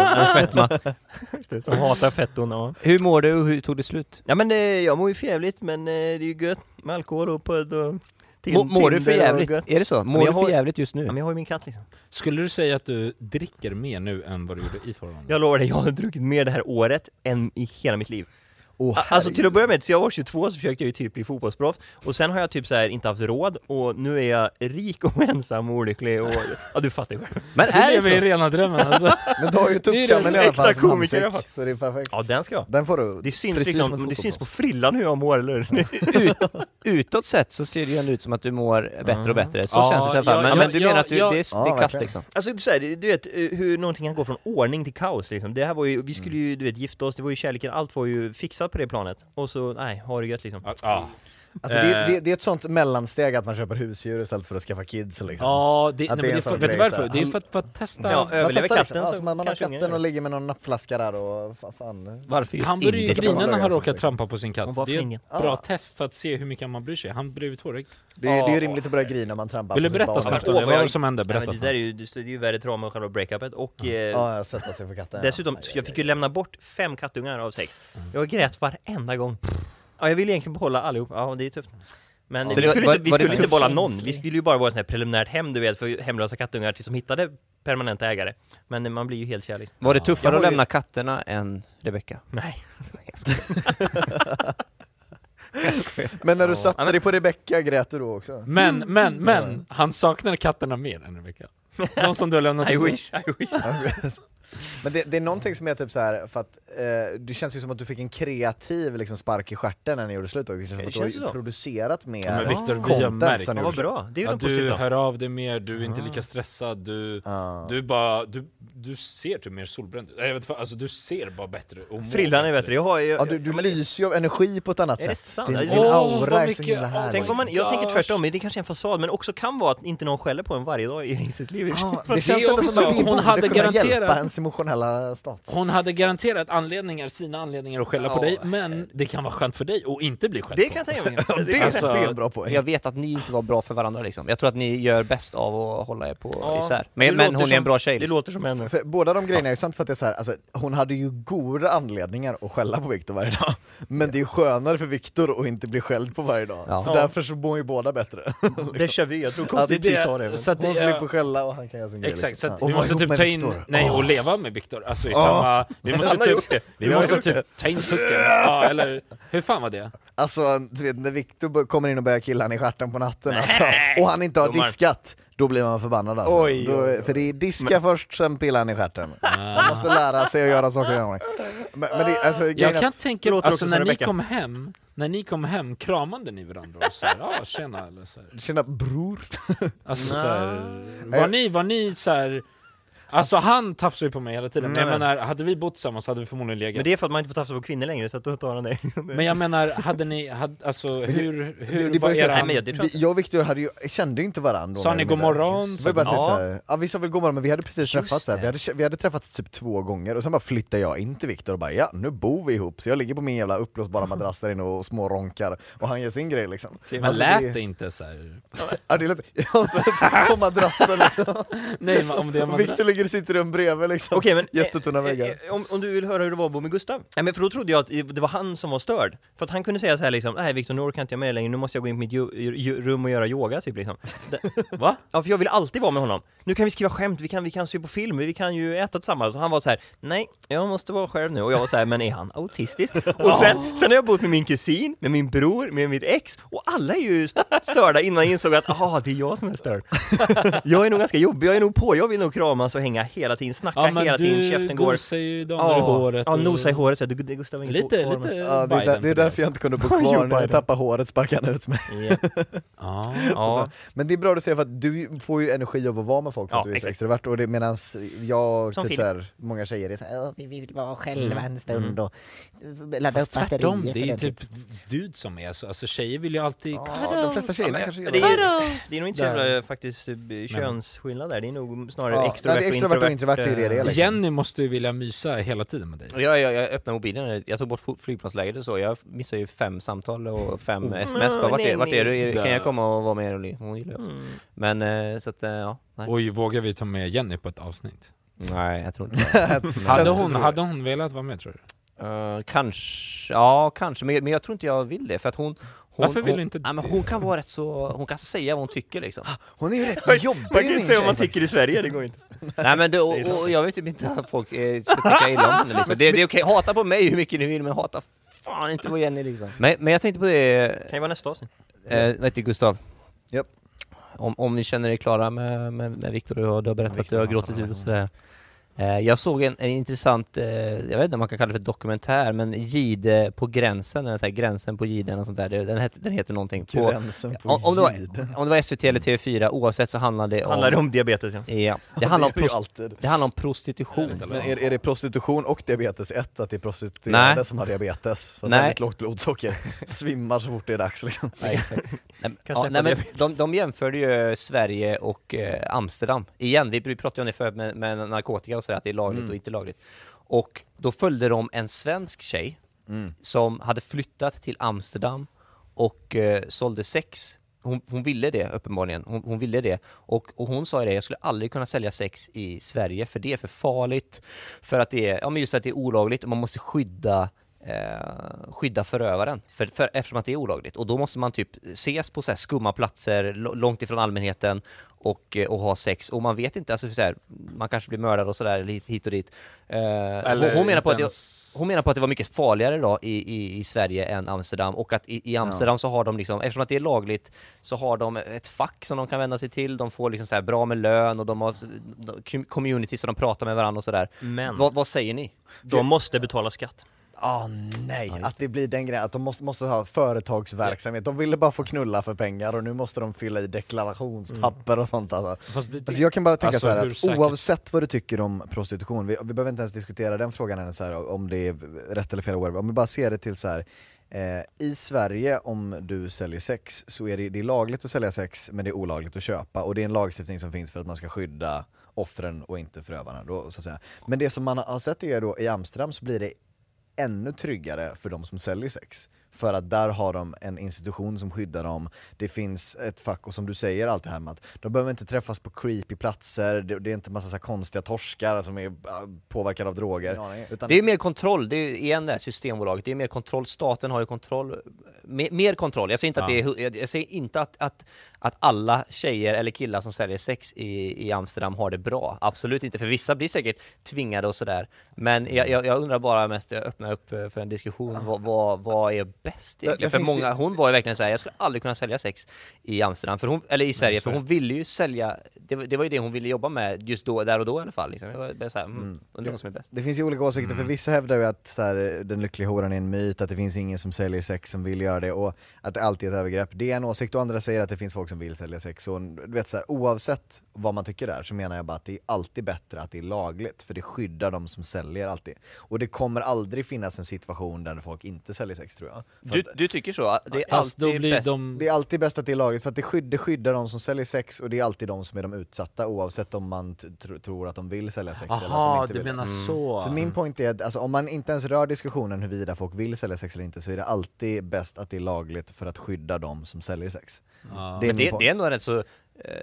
som hatar fetton. Ja. Hur mår du och hur tog det slut? Ja men eh, jag mår ju för jävligt, men eh, det är ju gött med alkohol och på och till, Må, Mår du för jävligt? Är det så? Mår du för jävligt just nu? Ja, men jag har ju min katt liksom. Skulle du säga att du dricker mer nu än vad du gjorde i förhållande? Jag lovar dig, jag har druckit mer det här året än i hela mitt liv. Oh, alltså till att börja med, så jag var tjugotvå så försökte jag ju typ bli fotbollsproffs. Och sen har jag typ så här inte haft råd. Och nu är jag rik och ensam och olycklig och, ja du fattar ju. Men är det så? I rena drömmen alltså. Men du har ju tuppkammen i alla fall som komiker, handsäck, så det är perfekt. Ja, den ska jag. Den får du. Det syns liksom, det syns på frillan hur jag mår, eller? Ut, utåt sett så ser det ju ut som att du mår bättre och bättre. Så ja, känns det i alla fall. Men, ja, men du ja, menar att du, ja, det är, det är kast liksom. Alltså du, säger, du vet hur någonting kan gå från ordning till kaos liksom. Det här var ju, vi skulle ju du vet gifta oss, det var ju kärleken, allt var ju fixat på det planet. Och så, nej, har det gött liksom. Ja. Alltså det, det, det är ett sånt mellansteg att man köper husdjur istället för att skaffa kids liksom. Ja, det, nej, det, det är för, vet du varför? Det är för att, för att testa. Ja, överleva katten liksom. Alltså man, man har katten och ligger med någon nappflaska där och fan. Varför just han börjar ju grina när han råkar trampa på sin katt. Det är ett bra ah. test för att se hur mycket man bryr sig. Han blir tårig. Det är, det är ju rimligt att börja grina när man trampar. Vill du berätta snabbt om det? Vad var det som hände? Berätta snabbt. Det där är ju, det är ju värre trauma än själva breakupet. Och ja, eh, jag sätter sig för katten. Dessutom, ja. jag fick ju lämna bort fem kattungar av sex. Jag grät varenda gång. Ja, jag vill egentligen behålla allihop. Ja, det är tufft. Men ja, vi skulle, var, inte, vi skulle inte behålla någon. Vi skulle ju bara vara ett sånt här preliminärt hem, du vet, för hemlösa kattungar till som hittade permanenta ägare. Men man blir ju helt kärlig. Var det tuffare att ju... lämna katterna än Rebecca? Nej. Men när du satte ja, dig på Rebecca grät du då också? Men, men, men, han saknade katterna mer än Rebecca. Någon som du har lämnat. I wish, I wish. Men det, det är någonting som är typ så här, för att eh, det känns ju som att du fick en kreativ liksom, spark i stjärten när ni gjorde slut. Det känns som att du har ju producerat mer ja, men Victor, content. vi har märkt. Ja, vad bra. Det är ju ja, du du hör av dig mer, du är inte lika stressad, du, ah. du bara, du, du ser typ mer solbränd. Jag vet, alltså du ser bara bättre. Frillan är bättre. Jag har ju, ja, du, du lyser ju av energi på ett annat är sätt. Det sant? Din, din oh, aura är så himla här. Tänk om man, jag tänker tvärtom, det kanske är en fasad, men också kan vara att inte någon skäller på en varje dag i sitt liv. Ah, det känns ändå som att det hon hade kunna garanterat hjälpa ens emotionella stat. Hon hade garanterat anledningar, sina anledningar att skälla ja. på dig, men det kan vara skönt för dig och inte bli skälld Det på. kan jag tänka mig. det, alltså, det är en bra poäng. Jag vet att ni inte var bra för varandra liksom. Jag tror att ni gör bäst av att hålla er på ja, isär. Men, men hon som, är en bra tjej. Det liksom. låter som en... För båda de grejerna är ju sant, för att det är så här, alltså, hon hade ju goda anledningar att skälla på Victor varje dag. Men det är ju skönare för Victor att inte bli skälld på varje dag. Ja. Så Ja. därför så mår ju båda bättre. Déjà vu, jag tror Ja, konstigt det- du sa det. Så att Hon det slipper är, skälla och han kan göra sin grej. exakt, så liksom. att Ja. vi Och måste vara ihop typ med ta in, Victor. nej, Åh. och leva med Victor, alltså i Åh. samma, vi måste Han har gjort typ, det. vi Vi har måste gjort typ det. ta in pucken, ja, eller, hur fan var det? Alltså, du vet, när Victor kommer in och börjar killa han i stjärten på natten alltså, och han inte har Domar. diskat, då blir man förbannad alltså. Oj, då, oj, oj. För det är diska först, sen pillar han i stjärten. Man måste lära sig att göra saker i ordning. Men, men det, alltså, grejen Jag är kan att- tänka, låter alltså också när som ni Rebecca. kom hem, när ni kom hem, kramade ni varandra och så här, ja tjena eller så här. Tjena bror. Alltså så här, var ni, var ni så här, alltså han tafsade ju på mig hela tiden, men jag Nej, men- menar, hade vi bott tillsammans hade vi förmodligen legat. Men det är för att man inte får tafsa på kvinnor längre, så att då tar han det. Men jag menar, hade ni, hade, alltså hur, hur det, det var bara era... Nej, men jag- det tror jag vi, jag och Victor hade ju, kände ju inte varandra då Sa när ni vi god var där. morgon? Det var bara Ja. ja. Så här, ja, vi sa väl god morgon, men vi hade precis Just träffats där. det. Vi hade, vi hade träffats typ två gånger och sen bara flyttade jag in till Victor och bara ja, nu bor vi ihop. Så jag ligger på min jävla uppblåsbara madrass där inne och små ronkar och han gör sin grej liksom. Men Alltså, lät det inte så här... Ja, det lät, ja, så på madrassen liksom. Nej, men om det Och Victor ligger i sitt rum bredvid liksom. Okej, men Jättetunna eh, väggar. eh, om, om du vill höra hur det var att bo med Gustav. Nej, men för då trodde jag att det var han som var störd. För att han kunde säga så här liksom, nej Victor, nu orkar inte jag med längre, nu måste jag gå in på mitt ju, ju, rum och göra yoga typ liksom. Det, Va? ja, för jag vill alltid vara med honom. Nu kan vi skriva skämt, vi kan, vi kan se på film, vi kan ju äta tillsammans. Och han var så här, nej, jag måste vara själv nu. Och jag var så här, men är han autistisk? Och sen, sen har jag bott med min kusin, med min bror, med mitt ex. Och alla är ju störda innan jag insåg att, ah, det är jag som är störd. Jag är nog ganska jobbig, jag är nog på, jag vill nog kramas och hänga hela tiden, snacka Ja, men hela tiden, du käften går. gosar ju damer i håret. Ja, och- nosa i håret, ja, det, det Gustav inte Lite, kvar, lite men- Ja, det, är där, det är därför jag inte kunde bo Jo, kvar. När Biden. jag tappade håret sparkade han ut mig. Ja. Ja. Ja. Men det är bra att säga, för att du får ju energi av att vara med folk för Ja, att du är så exakt. extrovert, och det medans jag, Som typ Filip. så här, många tjejer är så här, "Ja, vi vill vara själva en stund och ladda Fast upp tvärtom, batteriet. det är ju ordentligt." typ du som är så, alltså tjejer vill ju alltid Ja, de flesta tjejerna Ja, kanske men gör det, det. är, det är nog inte så Där. jävla faktiskt eh, könsskillnad där, det är nog snarare Ja, extrovert, nej, det är extrovert och introvert, det är det det är, liksom. Jenny måste ju vilja mysa hela tiden med dig. Jag, jag, jag öppnade mobilen, jag tog bort fo- flygplansläget och så. Jag missade ju fem samtal och fem sms. Bara, vart, är, vart är du? Kan jag komma och vara med och le? Hon gillar oss. Mm. Men eh, så att, eh, ja. Nej. Oj, vågar vi ta med Jenny på ett avsnitt? Nej, jag tror inte det. Hade hon, hade hon velat vara med tror du? Uh, kanske, ja kanske, men, men jag tror inte jag vill det. För att hon, hon Varför vill hon, du inte nej, men hon kan vara rätt så, hon kan säga vad hon tycker liksom. Hon är ju rätt jobbig. Man kan min inte säga vad man tjej, tycker i Sverige, det går inte. Nej men det, och, och jag vet ju inte att folk eh, ska tycka illa om henne liksom. Det, det är okej, hata på mig hur mycket ni vill, men hata fan inte på Jenny liksom. Men, men jag tänkte på det, Kan ju vara nästa avsnitt. eh, vet du Gustav? Japp. Om, om ni känner er klara med, med, med Victor och du har berättat att Victor du har har gråtit fan ut och sådär. Eh, jag såg en, en intressant, eh, jag vet inte om man kan kalla det för dokumentär, men Gide på gränsen, eller så här, gränsen på Giden och sånt där, det, den, heter, den heter någonting på, Gränsen på om, om, det var, Gide. om det var S V T eller T V fyra, oavsett så handlade det om, Handlar det om diabetes, ja. ja, det handlar om, Det är ju pros, alltid. det handlar om prostitution. Men är, är det prostitution och diabetes ett, att det är prostituerade Nej. som har diabetes? Så att Nej. väldigt lågt blodsocker svimmar så fort det är dags liksom. Nej, exakt. nej, Kan ja, släppa nej, men diabetes. de, de jämförde ju Sverige och eh, Amsterdam. Igen, vi pratade ju om det förut med, med narkotika och så, att det är lagligt Mm. och inte lagligt. Och då följde de en svensk tjej Mm. som hade flyttat till Amsterdam och eh, sålde sex. Hon, hon ville det uppenbarligen. Hon, hon ville det. Och, och hon sa det, jag skulle aldrig kunna sälja sex i Sverige för det är för farligt. För att det är, ja, men just för att det är olagligt och man måste skydda eh, skydda förövaren för, för, eftersom att det är olagligt. Och då måste man typ ses på så här skumma platser l- långt ifrån allmänheten och, och ha sex. Och man vet inte, alltså så här, man kanske blir mördad och sådär hit, hit och dit. Eh, hon, hon menar på att det, hon menar på att det var mycket farligare då i, i, i Sverige än Amsterdam, och att i, i Amsterdam ja. så har de liksom, eftersom att det är lagligt så har de ett fack som de kan vända sig till, de får liksom så här bra med lön och de har community så de pratar med varandra och sådär. Men vad, vad säger ni? De måste betala skatt. Ah, nej, ja, att det blir den grejen att de måste, måste ha företagsverksamhet. De ville bara få knulla för pengar och nu måste de fylla i deklarationspapper och sånt alltså. Fast det, alltså jag kan bara tänka alltså, så här att säkert? Oavsett vad du tycker om prostitution, vi, vi behöver inte ens diskutera den frågan än så här, om det är rätt eller fel, om vi bara ser det till så här. Eh, i Sverige om du säljer sex så är det, det är lagligt att sälja sex, men det är olagligt att köpa, och det är en lagstiftning som finns för att man ska skydda offren och inte förövarna då, så att säga. Men det som man har sett är då i Amsterdam så blir det ännu tryggare för de som säljer sex. För att där har de en institution som skyddar dem. Det finns ett fack, och som du säger allt det här med att de behöver inte träffas på creepy platser. Det, det är inte massa så här konstiga torskar som är påverkade av droger. Ja, utan det är mer kontroll, det är igen det här systembolaget. Det är mer kontroll, staten har ju kontroll. Mer, mer kontroll. Jag säger inte, ja. att, det är, jag säger inte att, att, att alla tjejer eller killar som säljer sex i, i Amsterdam har det bra. Absolut inte, för vissa blir säkert tvingade och sådär. Men jag, jag, jag undrar bara mest, jag öppnar upp för en diskussion, ja. vad, vad, vad är bäst egentligen? För många, det... hon var ju verkligen så här, jag skulle aldrig kunna sälja sex i Amsterdam, för hon, eller i Sverige, Nej, för hon ville ju sälja, det, det var ju det hon ville jobba med just då, där och då i alla fall. Liksom. Det var så här, mm, mm. undrar vad som är bäst. Det finns ju olika åsikter, mm. för vissa hävdar ju att så här, den lyckliga horan är en myt, att det finns ingen som säljer sex som vill göra det, och att det alltid är ett övergrepp. Det är en åsikt, och andra säger att det finns folk som vill sälja sex. Och du vet, så här, oavsett vad man tycker där, så menar jag bara att det är alltid bättre att det är lagligt, för det skyddar de som säljer alltid. Och det kommer aldrig finnas en situation där folk inte säljer sex, tror jag. Du, du tycker så? Det är, alltid bäst. De... det är alltid bäst att det är lagligt, för att det skyddar, det skyddar de som säljer sex, och det är alltid de som är de utsatta, oavsett om man t- tror att de vill sälja sex. Aha, eller att de inte du vill. menar mm. så. Så min point är att alltså, om man inte ens rör diskussionen huruvida folk vill sälja sex eller inte, så är det alltid bäst att det är lagligt för att skydda de som säljer sex. Ja. Det, är det, det är nog rätt så eh,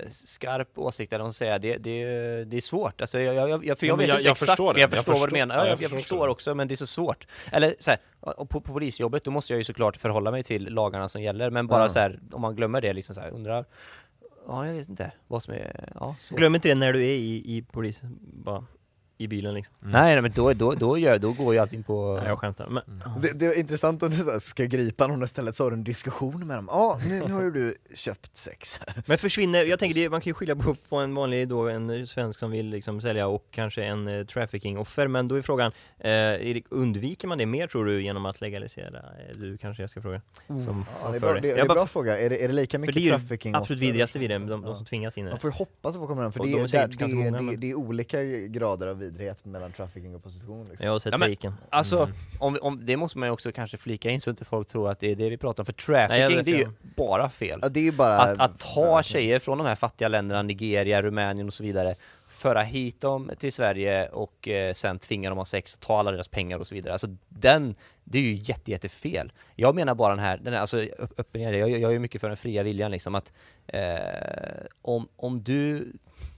skarp åsikt där de säger det, det, det är svårt. Alltså, jag, jag, jag, för jag, ja, vet jag, inte jag exakt, förstår men jag förstår, jag vad du menar. Ja, jag, jag, jag förstår, förstår också, men det är så svårt. Eller så här, på, på polisjobbet då måste jag ju såklart förhålla mig till lagarna som gäller, men bara ja. så här, om man glömmer det liksom så här, undrar ja, jag vet inte vad som är ja, så. Glöm inte det när du är i, i polis bara i bilen liksom. Mm. Nej, men då, då, då, gör, då går ju allting på... Nej, jag skämtar. Men, mm. det, det är intressant om du ska gripa någon istället, så har du en diskussion med dem. Ja, nu, nu har ju du köpt sex. Men försvinner, jag tänker det, man kan ju skilja på, på en vanlig då, en svensk som vill liksom sälja och kanske en uh, trafficking-offer. Men då är frågan, uh, Erik, undviker man det mer tror du genom att legalisera? Du kanske jag ska fråga. Som mm. ja, det är bra, det, det är en bra fråga. Är det, är det lika mycket trafficking? Det är absolut vidrigaste vid det, de, de som tvingas in i det. Man får ju hoppas att få komma den, för det, de det, det, det, många, det, men... det är olika grader av vidrighet mellan trafficking och prostitution. Liksom. Jag har sett ja, men, taken. Alltså, mm. om, om, det måste man ju också kanske flika in så att inte folk tror att det är det vi pratar om. För trafficking, Nej, det är ju bara fel. Ja, det är bara att, att ta tjejer från de här fattiga länderna, Nigeria, Rumänien och så vidare, föra hit dem till Sverige och eh, sen tvinga dem att ha sex och ta alla deras pengar och så vidare. Alltså den, det är ju jätte, jätte fel. Jag menar bara den här, den här alltså öppenhet, jag, jag är ju mycket för den fria viljan liksom, att eh, om, om du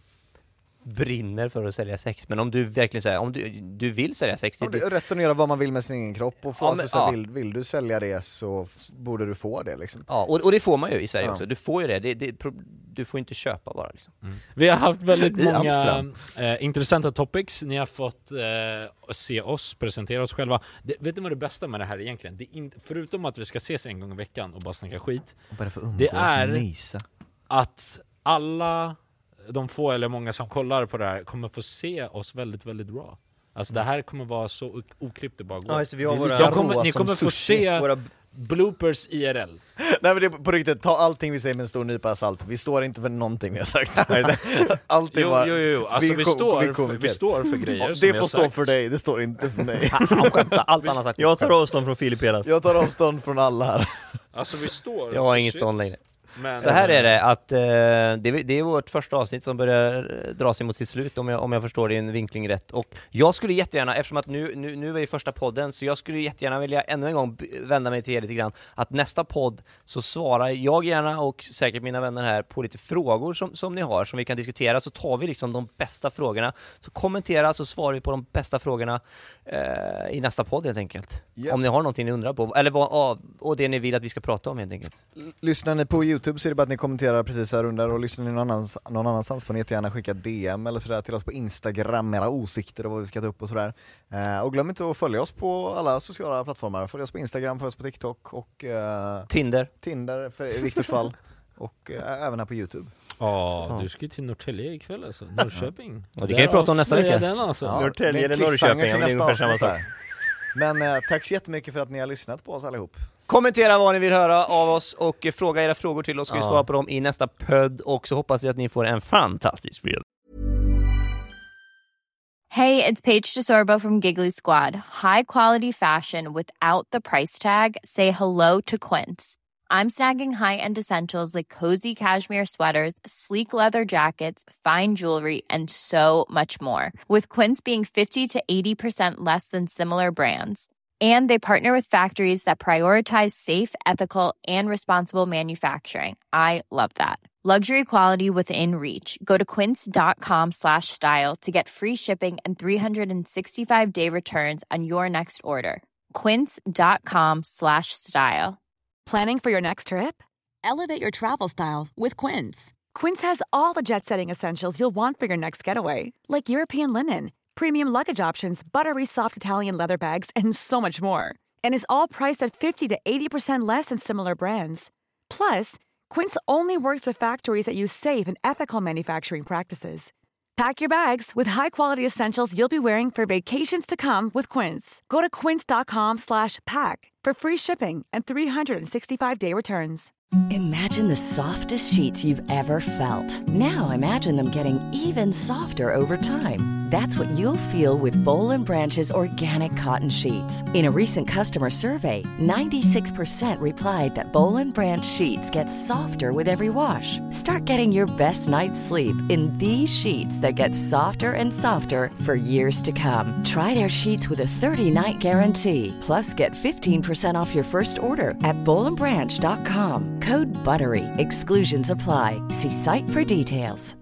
brinner för att sälja sex, men om du verkligen säger om du, du vill sälja sex, det är rätt att göra vad man vill med sin egen kropp, och få, ja, men, alltså, ja. vill, vill du sälja det så borde du få det liksom. Ja, och, och det får man ju i Sverige ja. också. Du får ju det, det, det du får inte köpa bara liksom. Mm. Vi har haft väldigt många eh, intressanta topics. Ni har fått eh, se oss, presentera oss själva. Det, vet du vad det bästa med det här egentligen? Det är in, förutom att vi ska ses en gång i veckan och bara snacka skit, bara för det är att alla de få eller många som kollar på det här kommer få se oss väldigt, väldigt bra. Alltså det här kommer vara så oklippt det bara går. Ja, vi har våra Jag kommer, ni kommer få se våra bloopers I R L. Nej, men det är på riktigt, ta allting vi säger med en stor nypa salt. Vi står inte för någonting vi har sagt. Allting jo, var, jo, jo. Alltså, vi, vi, står, vi, för, vi står för grejer ja, som det får stå sagt. För dig, det står inte för mig. Allt annat sagt. Jag tar avstånd från Filip Elas. Jag tar avstånd från alla här. Alltså vi står. Jag har ingen stånd längre. Men, så här är det att eh, det, det är vårt första avsnitt som börjar dra sig mot sitt slut om jag, om jag förstår din vinkling rätt. Och jag skulle jättegärna, eftersom att nu, nu, nu är vi i första podden, så jag skulle jättegärna vilja ännu en gång vända mig till er lite grann. Att nästa podd så svarar jag gärna och säkert mina vänner här på lite frågor som, som ni har som vi kan diskutera. Så tar vi liksom de bästa frågorna. Så kommentera så svarar vi på de bästa frågorna eh, i nästa podd helt enkelt. Yeah. Om ni har någonting ni undrar på. Eller vad, och det ni vill att vi ska prata om helt enkelt. Lyssnar ni på YouTube så är det bara att ni kommenterar precis här under, och lyssnar ni någon annans, någon annanstans får ni gärna skicka D M eller sådär till oss på Instagram, era åsikter och vad vi ska ta upp och sådär. Eh, och glöm inte att följa oss på alla sociala plattformar. Följ oss på Instagram, följ oss på TikTok och eh, Tinder. Tinder för i Viktors fall. Och eh, även här på YouTube. Ja, oh, du ska ju till Norrtälje ikväll alltså. Norrköping. Ja, det kan vi prata om nästa vecka. Den, alltså. Ja, Norrtälje eller Norrköping, det är ungefär samma sak. Men eh, tack så jättemycket för att ni har lyssnat på oss allihop. Kommentera vad ni vill höra av oss och fråga era frågor till oss. Ska vi svara på dem i nästa podd. Och så hoppas vi att ni får en fantastisk fredag. Hey, it's Paige DeSorbo from Giggly Squad. High quality fashion without the price tag. Say hello to Quince. I'm snagging high-end essentials like cozy cashmere sweaters, sleek leather jackets, fine jewelry, and so much more. With Quince being fifty to eighty percent less than similar brands. And they partner with factories that prioritize safe, ethical, and responsible manufacturing. I love that. Luxury quality within reach. Go to quince.com slash style to get free shipping and three sixty-five day returns on your next order. Quince.com slash style. Planning for your next trip? Elevate your travel style with Quince. Quince has all the jet-setting essentials you'll want for your next getaway, like European linen, premium luggage options, buttery soft Italian leather bags, and so much more. And is all priced at fifty to eighty percent less than similar brands. Plus, Quince only works with factories that use safe and ethical manufacturing practices. Pack your bags with high-quality essentials you'll be wearing for vacations to come with Quince. Go to quince.com slash pack for free shipping and three sixty-five day returns. Imagine the softest sheets you've ever felt. Now imagine them getting even softer over time. That's what you'll feel with Boll and Branch's organic cotton sheets. In a recent customer survey, ninety-six percent replied that Boll and Branch sheets get softer with every wash. Start getting your best night's sleep in these sheets that get softer and softer for years to come. Try their sheets with a thirty night guarantee. Plus, get fifteen percent off your first order at boll and branch dot com. Code BUTTERY. Exclusions apply. See site for details.